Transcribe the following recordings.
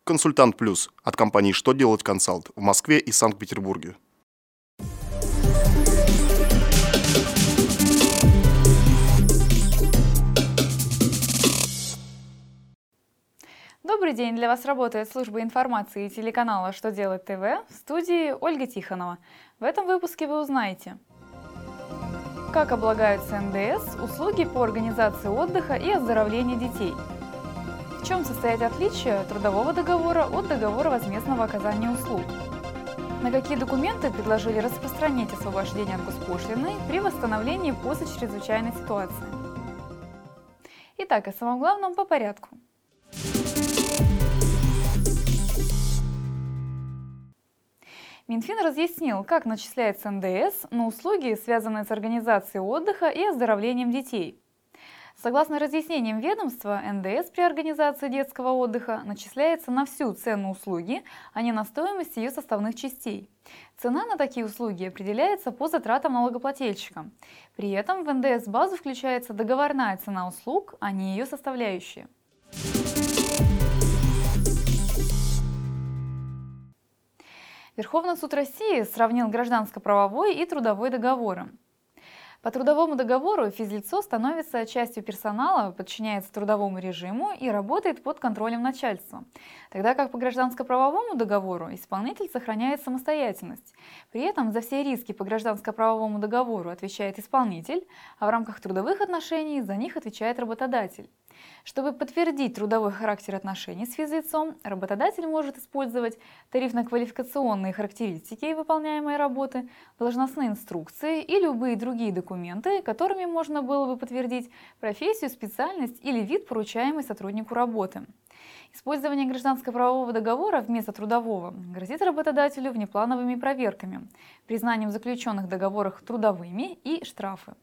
Консультант Плюс от компании «Что делать консалт» в Москве и Санкт-Петербурге. Добрый день! Для вас работает служба информации телеканала «Что делать ТВ», в студии Ольга Тихонова. В этом выпуске вы узнаете, как облагаются НДС услуги по организации отдыха и оздоровления детей, в чем состоят отличия трудового договора от договора возмездного оказания услуг, на какие документы предложили распространять освобождение от госпошлины при восстановлении после чрезвычайной ситуации. Итак, о самом главном по порядку. Минфин разъяснил, как начисляется НДС на услуги, связанные с организацией отдыха и оздоровлением детей. Согласно разъяснениям ведомства, НДС при организации детского отдыха начисляется на всю цену услуги, а не на стоимость ее составных частей. Цена на такие услуги определяется по затратам налогоплательщика. При этом в НДС-базу включается договорная цена услуг, а не ее составляющие. Верховный суд России сравнил гражданско-правовой и трудовой договоры. По трудовому договору физлицо становится частью персонала, подчиняется трудовому режиму и работает под контролем начальства, тогда как по гражданско-правовому договору исполнитель сохраняет самостоятельность. При этом за все риски по гражданско-правовому договору отвечает исполнитель, а в рамках трудовых отношений за них отвечает работодатель. Чтобы подтвердить трудовой характер отношений с физлицом, работодатель может использовать тарифно-квалификационные характеристики выполняемой работы, должностные инструкции и любые другие документы, которыми можно было бы подтвердить профессию, специальность или вид, поручаемый сотруднику работы. Использование гражданско-правового договора вместо трудового грозит работодателю внеплановыми проверками, признанием заключенных договоров трудовыми и штрафы.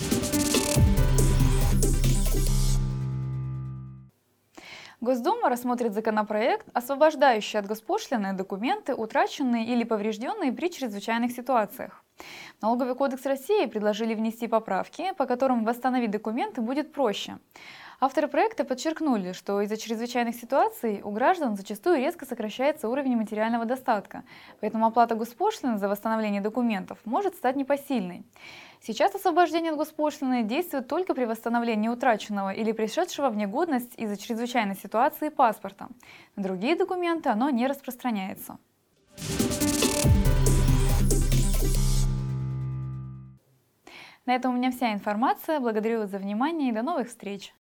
Госдума рассмотрит законопроект, освобождающий от госпошлины документы, утраченные или поврежденные при чрезвычайных ситуациях. В Налоговый кодекс России предложили внести поправки, по которым восстановить документы будет проще. Авторы проекта подчеркнули, что из-за чрезвычайных ситуаций у граждан зачастую резко сокращается уровень материального достатка, поэтому оплата госпошлины за восстановление документов может стать непосильной. Сейчас освобождение от госпошлины действует только при восстановлении утраченного или пришедшего в негодность из-за чрезвычайной ситуации паспорта. На другие документы оно не распространяется. На этом у меня вся информация. Благодарю вас за внимание и до новых встреч!